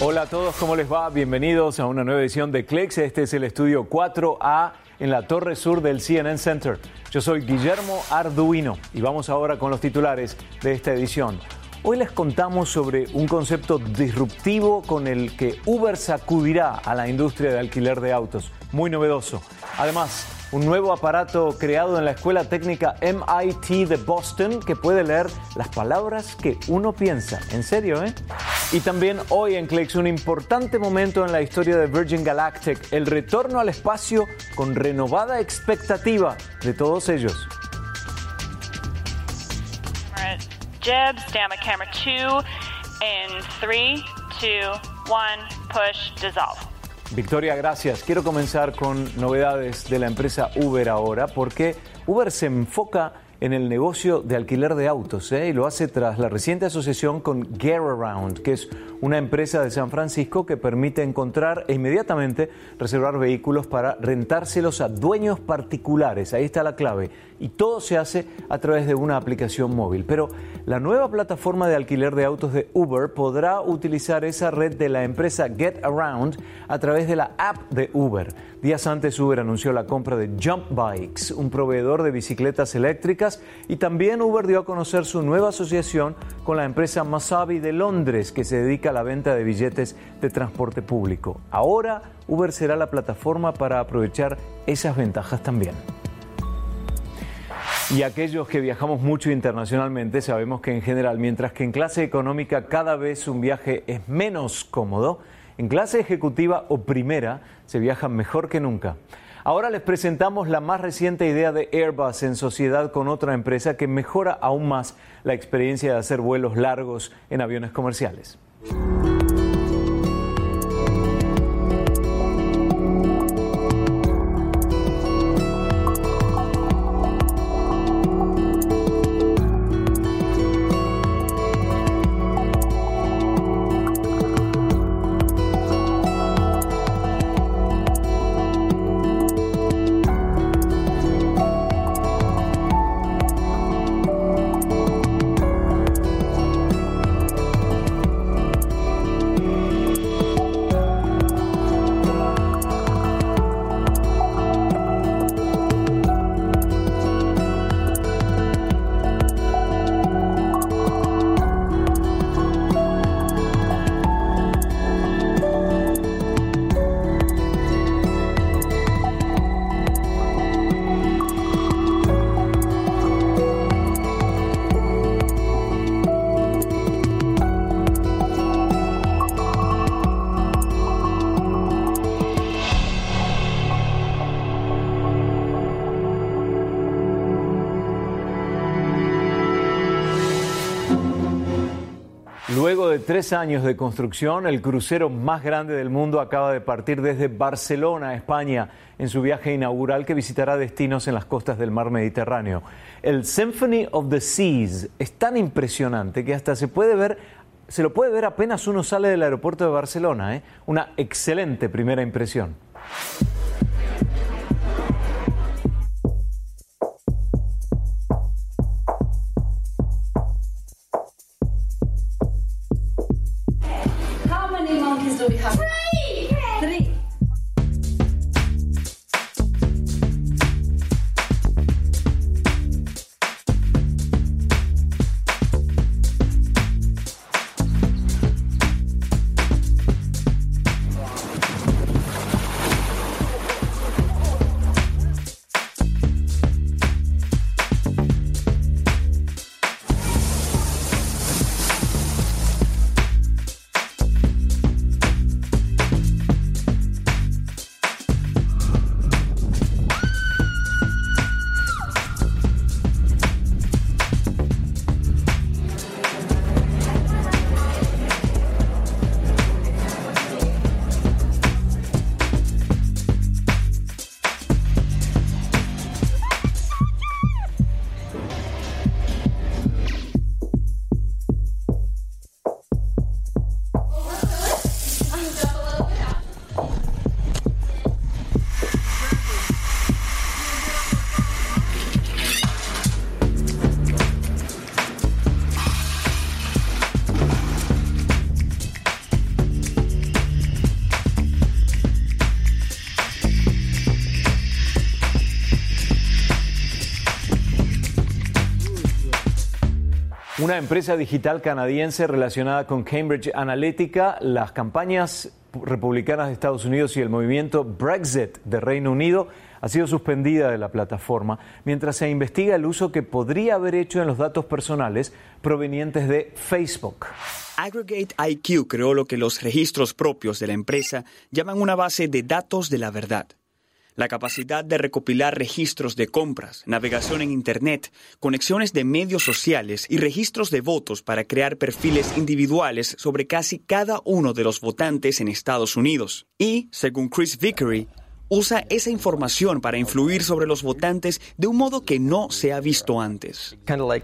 Hola a todos, ¿cómo les va? Bienvenidos a una nueva edición de Clicks. Este es el estudio 4A en la torre sur del CNN Center. Yo soy Guillermo Arduino y vamos ahora con los titulares de esta edición. Hoy les contamos sobre un concepto disruptivo con el que Uber sacudirá a la industria de alquiler de autos. Muy novedoso. Además, un nuevo aparato creado en la Escuela Técnica MIT de Boston que puede leer las palabras que uno piensa. ¿En serio, Y también hoy en Clicks, un importante momento en la historia de Virgin Galactic, el retorno al espacio con renovada expectativa de todos ellos. Jib, stand by camera 2, in 3, 2, 1, push, dissolve. Victoria, gracias. Quiero comenzar con novedades de la empresa Uber ahora, porque Uber se enfoca en el negocio de alquiler de autos, y lo hace tras la reciente asociación con Getaround, que es una empresa de San Francisco que permite encontrar e inmediatamente reservar vehículos para rentárselos a dueños particulares. Ahí está la clave. Y todo se hace a través de una aplicación móvil. Pero la nueva plataforma de alquiler de autos de Uber podrá utilizar esa red de la empresa Getaround a través de la app de Uber. Días antes, Uber anunció la compra de Jump Bikes, un proveedor de bicicletas eléctricas, y también Uber dio a conocer su nueva asociación con la empresa Masabi de Londres, que se dedica a la venta de billetes de transporte público. Ahora, Uber será la plataforma para aprovechar esas ventajas también. Y aquellos que viajamos mucho internacionalmente sabemos que en general, mientras que en clase económica cada vez un viaje es menos cómodo, en clase ejecutiva o primera se viaja mejor que nunca. Ahora les presentamos la más reciente idea de Airbus en sociedad con otra empresa que mejora aún más la experiencia de hacer vuelos largos en aviones comerciales. Luego de 3 años de construcción, el crucero más grande del mundo acaba de partir desde Barcelona, España, en su viaje inaugural que visitará destinos en las costas del mar Mediterráneo. El Symphony of the Seas es tan impresionante que hasta se lo puede ver apenas uno sale del aeropuerto de Barcelona. Una excelente primera impresión. Una empresa digital canadiense relacionada con Cambridge Analytica, las campañas republicanas de Estados Unidos y el movimiento Brexit de Reino Unido ha sido suspendida de la plataforma mientras se investiga el uso que podría haber hecho en los datos personales provenientes de Facebook. Aggregate IQ creó lo que los registros propios de la empresa llaman una base de datos de la verdad. La capacidad de recopilar registros de compras, navegación en Internet, conexiones de medios sociales y registros de votos para crear perfiles individuales sobre casi cada uno de los votantes en Estados Unidos. Y, según Chris Vickery, usa esa información para influir sobre los votantes de un modo que no se ha visto antes.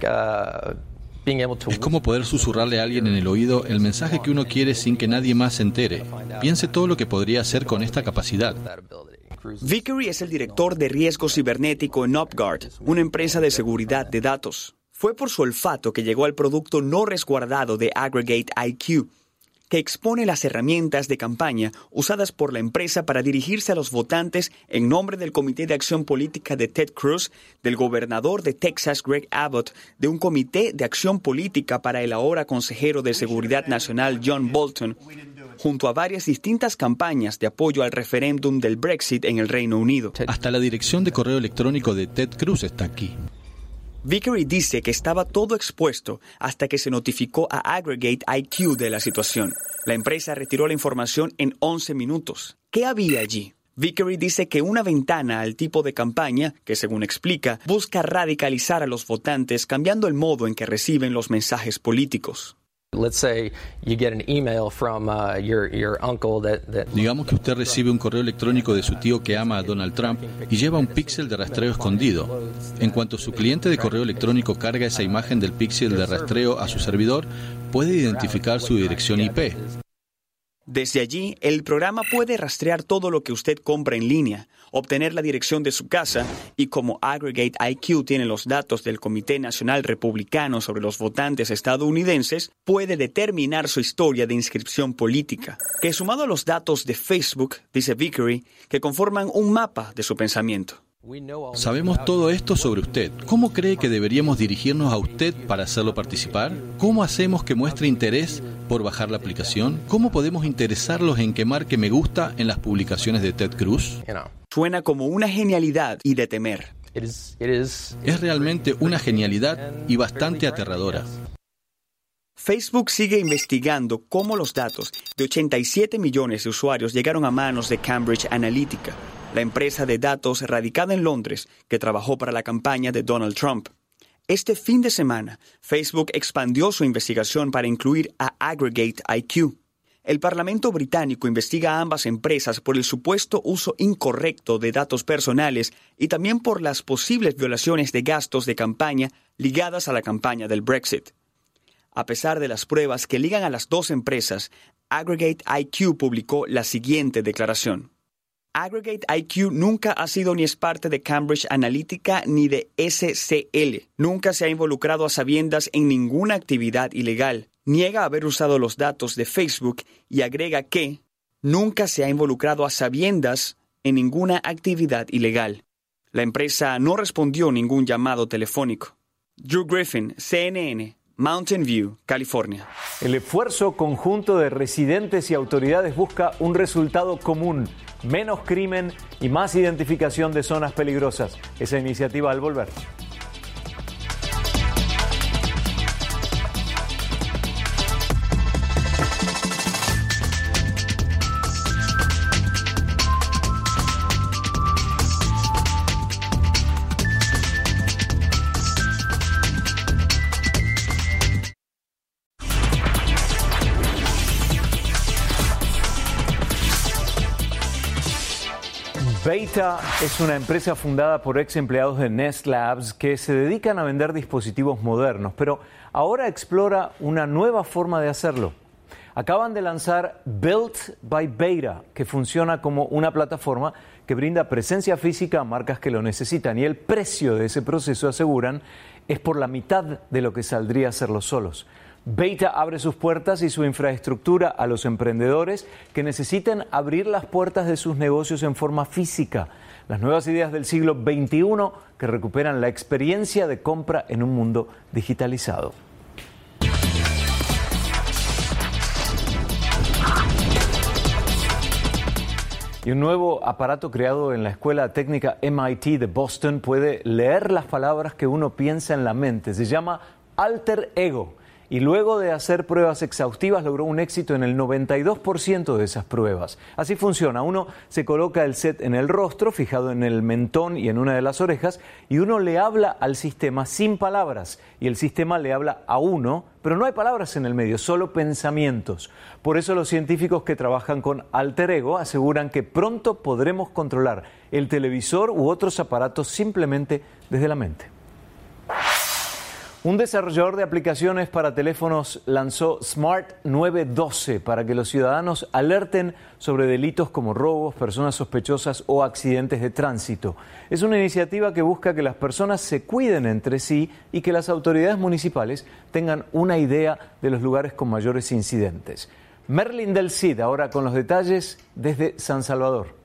Es como poder susurrarle a alguien en el oído el mensaje que uno quiere sin que nadie más se entere. Piense todo lo que podría hacer con esta capacidad. Vickery es el director de riesgo cibernético en UpGuard, una empresa de seguridad de datos. Fue por su olfato que llegó al producto no resguardado de Aggregate IQ, que expone las herramientas de campaña usadas por la empresa para dirigirse a los votantes en nombre del Comité de Acción Política de Ted Cruz, del gobernador de Texas Greg Abbott, de un Comité de Acción Política para el ahora consejero de Seguridad Nacional John Bolton, junto a varias distintas campañas de apoyo al referéndum del Brexit en el Reino Unido. Hasta la dirección de correo electrónico de Ted Cruz está aquí. Vickery dice que estaba todo expuesto hasta que se notificó a Aggregate IQ de la situación. La empresa retiró la información en 11 minutos. ¿Qué había allí? Vickery dice que una ventana al tipo de campaña que, según explica, busca radicalizar a los votantes cambiando el modo en que reciben los mensajes políticos. Digamos que usted recibe un correo electrónico de su tío que ama a Donald Trump y lleva un píxel de rastreo escondido. En cuanto su cliente de correo electrónico carga esa imagen del píxel de rastreo a su servidor, puede identificar su dirección IP. Desde allí, el programa puede rastrear todo lo que usted compra en línea, obtener la dirección de su casa y como Aggregate IQ tiene los datos del Comité Nacional Republicano sobre los votantes estadounidenses, puede determinar su historia de inscripción política, que sumado a los datos de Facebook, dice Vickery, que conforman un mapa de su pensamiento. Sabemos todo esto sobre usted. ¿Cómo cree que deberíamos dirigirnos a usted para hacerlo participar? ¿Cómo hacemos que muestre interés por bajar la aplicación? ¿Cómo podemos interesarlos en que marque me gusta en las publicaciones de Ted Cruz? Suena como una genialidad y de temer. Es realmente una genialidad y bastante aterradora. Facebook sigue investigando cómo los datos de 87 millones de usuarios llegaron a manos de Cambridge Analytica, la empresa de datos radicada en Londres que trabajó para la campaña de Donald Trump. Este fin de semana, Facebook expandió su investigación para incluir a Aggregate IQ. El Parlamento británico investiga a ambas empresas por el supuesto uso incorrecto de datos personales y también por las posibles violaciones de gastos de campaña ligadas a la campaña del Brexit. A pesar de las pruebas que ligan a las dos empresas, Aggregate IQ publicó la siguiente declaración. Aggregate IQ nunca ha sido ni es parte de Cambridge Analytica ni de SCL. Nunca se ha involucrado a sabiendas en ninguna actividad ilegal. Niega haber usado los datos de Facebook y agrega que nunca se ha involucrado a sabiendas en ninguna actividad ilegal. La empresa no respondió ningún llamado telefónico. Drew Griffin, CNN, Mountain View, California. El esfuerzo conjunto de residentes y autoridades busca un resultado común: menos crimen y más identificación de zonas peligrosas. Esa iniciativa al volver. Beta es una empresa fundada por ex empleados de Nest Labs que se dedican a vender dispositivos modernos, pero ahora explora una nueva forma de hacerlo. Acaban de lanzar Built by Beta, que funciona como una plataforma que brinda presencia física a marcas que lo necesitan, y el precio de ese proceso, aseguran, es por la mitad de lo que saldría hacerlo solos. Beta abre sus puertas y su infraestructura a los emprendedores que necesiten abrir las puertas de sus negocios en forma física. Las nuevas ideas del siglo XXI que recuperan la experiencia de compra en un mundo digitalizado. Y un nuevo aparato creado en la escuela técnica MIT de Boston puede leer las palabras que uno piensa en la mente. Se llama Alter Ego. Y luego de hacer pruebas exhaustivas logró un éxito en el 92% de esas pruebas. Así funciona. Uno se coloca el set en el rostro, fijado en el mentón y en una de las orejas, y uno le habla al sistema sin palabras. Y el sistema le habla a uno, pero no hay palabras en el medio, solo pensamientos. Por eso los científicos que trabajan con Alter Ego aseguran que pronto podremos controlar el televisor u otros aparatos simplemente desde la mente. Un desarrollador de aplicaciones para teléfonos lanzó Smart 912 para que los ciudadanos alerten sobre delitos como robos, personas sospechosas o accidentes de tránsito. Es una iniciativa que busca que las personas se cuiden entre sí y que las autoridades municipales tengan una idea de los lugares con mayores incidentes. Merlin del Cid ahora con los detalles desde San Salvador.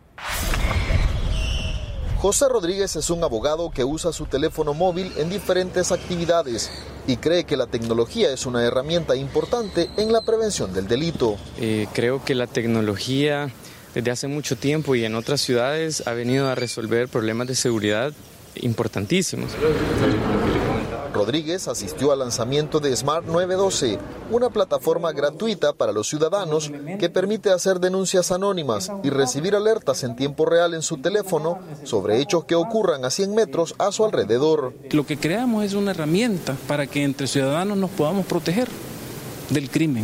José Rodríguez es un abogado que usa su teléfono móvil en diferentes actividades y cree que la tecnología es una herramienta importante en la prevención del delito. Creo que la tecnología desde hace mucho tiempo y en otras ciudades ha venido a resolver problemas de seguridad importantísimos. Rodríguez asistió al lanzamiento de Smart 912, una plataforma gratuita para los ciudadanos que permite hacer denuncias anónimas y recibir alertas en tiempo real en su teléfono sobre hechos que ocurran a 100 metros a su alrededor. Lo que creamos es una herramienta para que entre ciudadanos nos podamos proteger del crimen.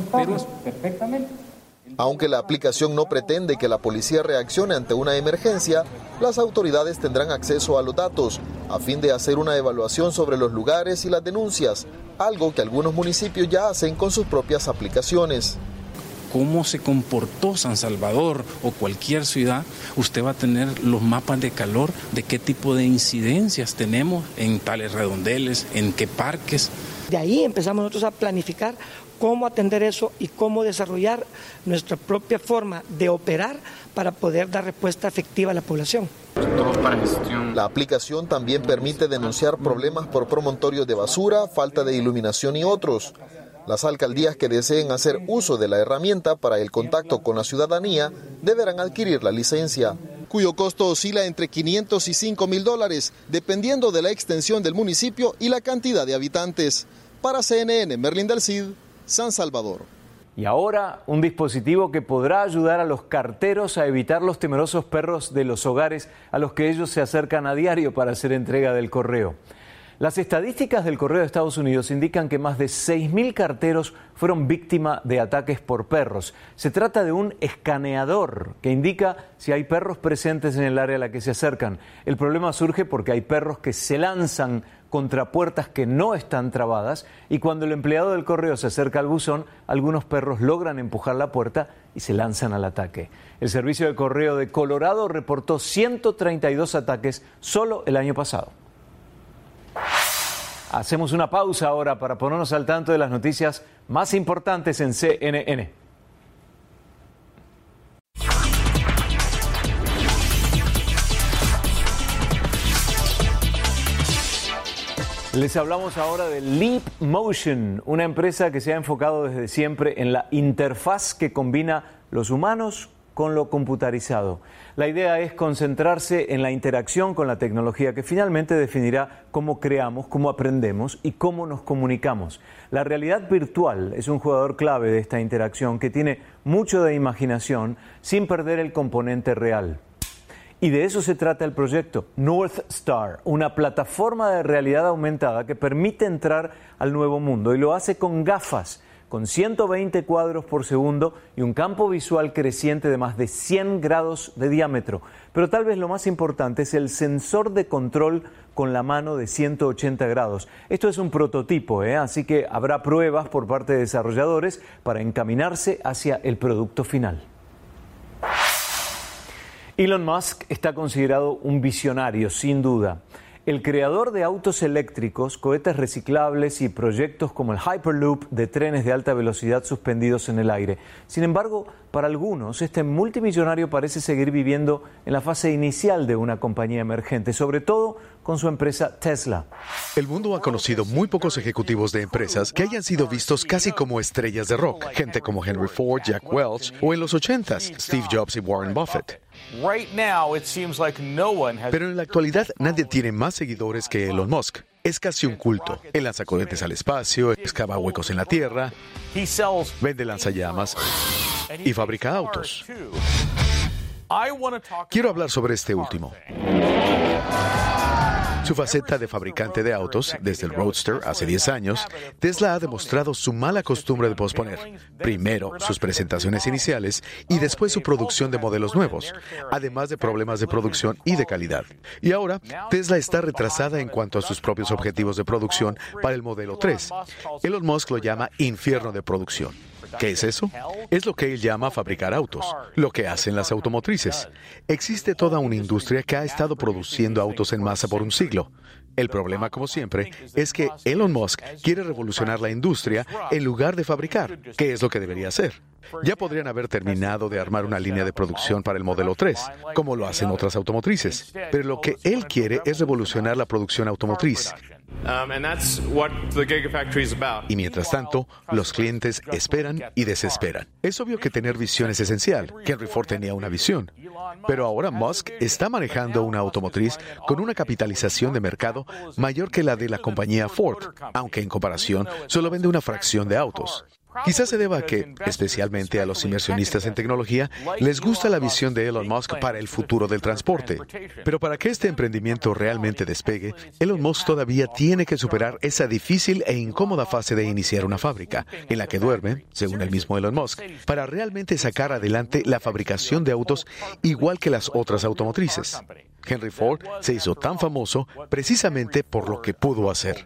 Aunque la aplicación no pretende que la policía reaccione ante una emergencia, las autoridades tendrán acceso a los datos a fin de hacer una evaluación sobre los lugares y las denuncias, algo que algunos municipios ya hacen con sus propias aplicaciones. Cómo se comportó San Salvador o cualquier ciudad, usted va a tener los mapas de calor de qué tipo de incidencias tenemos en tales redondeles, en qué parques. De ahí empezamos nosotros a planificar cómo atender eso y cómo desarrollar nuestra propia forma de operar para poder dar respuesta efectiva a la población. La aplicación también permite denunciar problemas por promontorios de basura, falta de iluminación y otros. Las alcaldías que deseen hacer uso de la herramienta para el contacto con la ciudadanía deberán adquirir la licencia, cuyo costo oscila entre $500 y $5,000, dependiendo de la extensión del municipio y la cantidad de habitantes. Para CNN, Merlin del Cid, San Salvador. Y ahora un dispositivo que podrá ayudar a los carteros a evitar los temerosos perros de los hogares a los que ellos se acercan a diario para hacer entrega del correo. Las estadísticas del Correo de Estados Unidos indican que más de 6.000 carteros fueron víctimas de ataques por perros. Se trata de un escaneador que indica si hay perros presentes en el área a la que se acercan. El problema surge porque hay perros que se lanzan contra puertas que no están trabadas y cuando el empleado del correo se acerca al buzón, algunos perros logran empujar la puerta y se lanzan al ataque. El Servicio de Correo de Colorado reportó 132 ataques solo el año pasado. Hacemos una pausa ahora para ponernos al tanto de las noticias más importantes en CNN. Les hablamos ahora de Leap Motion, una empresa que se ha enfocado desde siempre en la interfaz que combina los humanos con lo computarizado. La idea es concentrarse en la interacción con la tecnología que finalmente definirá cómo creamos, cómo aprendemos y cómo nos comunicamos. La realidad virtual es un jugador clave de esta interacción que tiene mucho de imaginación sin perder el componente real. Y de eso se trata el proyecto North Star, una plataforma de realidad aumentada que permite entrar al nuevo mundo y lo hace con gafas, con 120 cuadros por segundo y un campo visual creciente de más de 100 grados de diámetro. Pero tal vez lo más importante es el sensor de control con la mano de 180 grados. Esto es un prototipo, así que habrá pruebas por parte de desarrolladores para encaminarse hacia el producto final. Elon Musk está considerado un visionario, sin duda. El creador de autos eléctricos, cohetes reciclables y proyectos como el Hyperloop de trenes de alta velocidad suspendidos en el aire. Sin embargo, para algunos, este multimillonario parece seguir viviendo en la fase inicial de una compañía emergente, sobre todo con su empresa Tesla. El mundo ha conocido muy pocos ejecutivos de empresas que hayan sido vistos casi como estrellas de rock. Gente como Henry Ford, Jack Welch o en los 80s, Steve Jobs y Warren Buffett. Pero en la actualidad nadie tiene más seguidores que Elon Musk. Es casi un culto. Él lanza cohetes al espacio, excava huecos en la tierra, vende lanzallamas y fabrica autos. Quiero hablar sobre este último. Su faceta de fabricante de autos, desde el Roadster hace 10 años, Tesla ha demostrado su mala costumbre de posponer, primero sus presentaciones iniciales y después su producción de modelos nuevos, además de problemas de producción y de calidad. Y ahora, Tesla está retrasada en cuanto a sus propios objetivos de producción para el modelo 3. Elon Musk lo llama infierno de producción. ¿Qué es eso? Es lo que él llama fabricar autos, lo que hacen las automotrices. Existe toda una industria que ha estado produciendo autos en masa por un siglo. El problema, como siempre, es que Elon Musk quiere revolucionar la industria en lugar de fabricar, que es lo que debería hacer. Ya podrían haber terminado de armar una línea de producción para el modelo 3, como lo hacen otras automotrices. Pero lo que él quiere es revolucionar la producción automotriz. Y mientras tanto, los clientes esperan y desesperan. Es obvio que tener visión es esencial. Henry Ford tenía una visión. Pero ahora Musk está manejando una automotriz con una capitalización de mercado mayor que la de la compañía Ford, aunque en comparación solo vende una fracción de autos. Quizás se deba a que, especialmente a los inversionistas en tecnología, les gusta la visión de Elon Musk para el futuro del transporte. Pero para que este emprendimiento realmente despegue, Elon Musk todavía tiene que superar esa difícil e incómoda fase de iniciar una fábrica, en la que duerme, según el mismo Elon Musk, para realmente sacar adelante la fabricación de autos igual que las otras automotrices. Henry Ford se hizo tan famoso precisamente por lo que pudo hacer.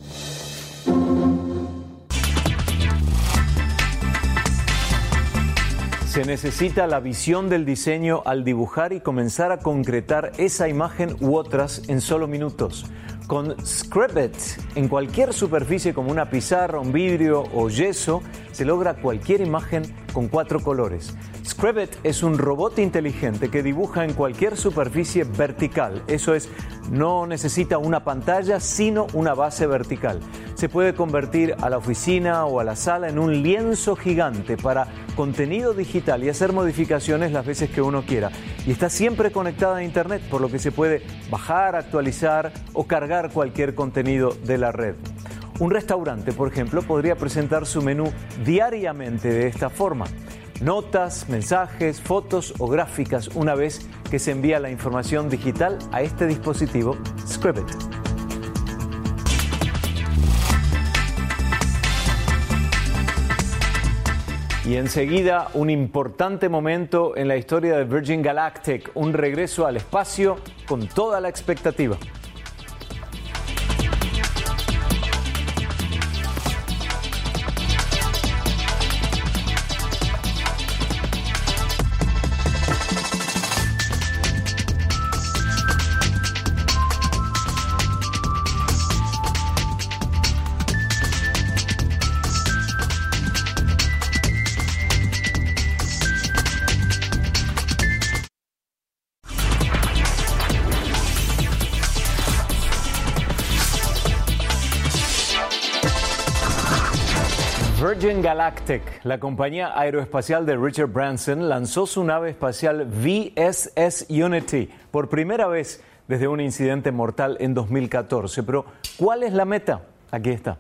Se necesita la visión del diseño al dibujar y comenzar a concretar esa imagen u otras en solo minutos. Con Scribd, en cualquier superficie como una pizarra, un vidrio o yeso, se logra cualquier imagen con 4 colores. Scribd es un robot inteligente que dibuja en cualquier superficie vertical. Eso es, no necesita una pantalla, sino una base vertical. Se puede convertir a la oficina o a la sala en un lienzo gigante para contenido digital y hacer modificaciones las veces que uno quiera. Y está siempre conectada a Internet, por lo que se puede bajar, actualizar o cargar cualquier contenido de la red. Un restaurante, por ejemplo, podría presentar su menú diariamente de esta forma. Notas, mensajes, fotos o gráficas una vez que se envía la información digital a este dispositivo Scribd. Y enseguida, un importante momento en la historia de Virgin Galactic, un regreso al espacio con toda la expectativa. Virgin Galactic, la compañía aeroespacial de Richard Branson, lanzó su nave espacial VSS Unity por primera vez desde un incidente mortal en 2014. Pero, ¿cuál es la meta? Aquí está.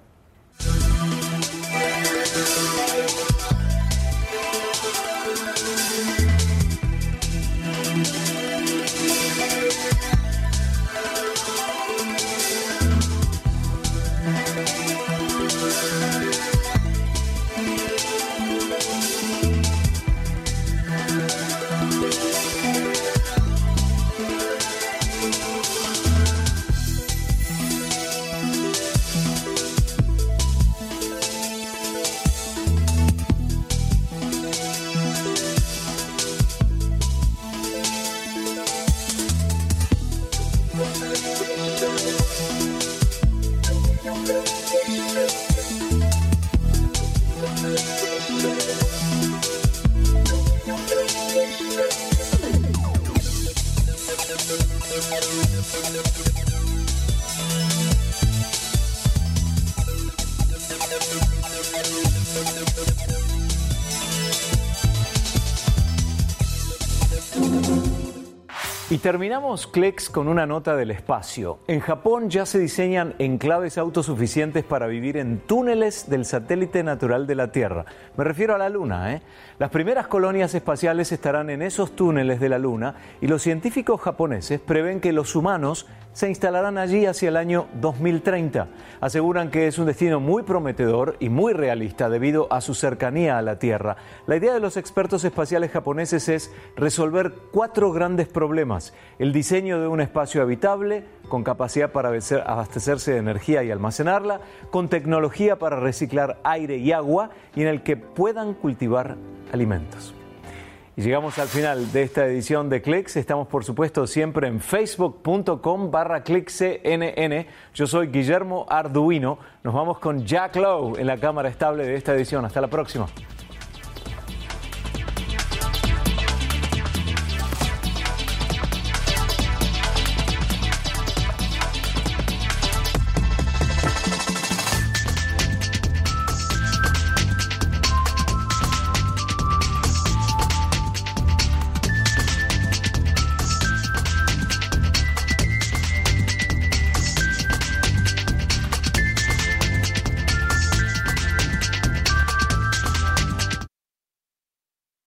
Y terminamos Clicks con una nota del espacio. En Japón ya se diseñan enclaves autosuficientes para vivir en túneles del satélite natural de la Tierra. Me refiero a la Luna, ¿eh? Las primeras colonias espaciales estarán en esos túneles de la Luna y los científicos japoneses prevén que los humanos se instalarán allí hacia el año 2030. Aseguran que es un destino muy prometedor y muy realista debido a su cercanía a la Tierra. La idea de los expertos espaciales japoneses es resolver 4 grandes problemas: el diseño de un espacio habitable, con capacidad para abastecerse de energía y almacenarla, con tecnología para reciclar aire y agua y en el que puedan cultivar alimentos. Y llegamos al final de esta edición de Clicks. Estamos, por supuesto, siempre en facebook.com/clickcnn. Yo soy Guillermo Arduino. Nos vamos con Jack Lowe en la cámara estable de esta edición. Hasta la próxima.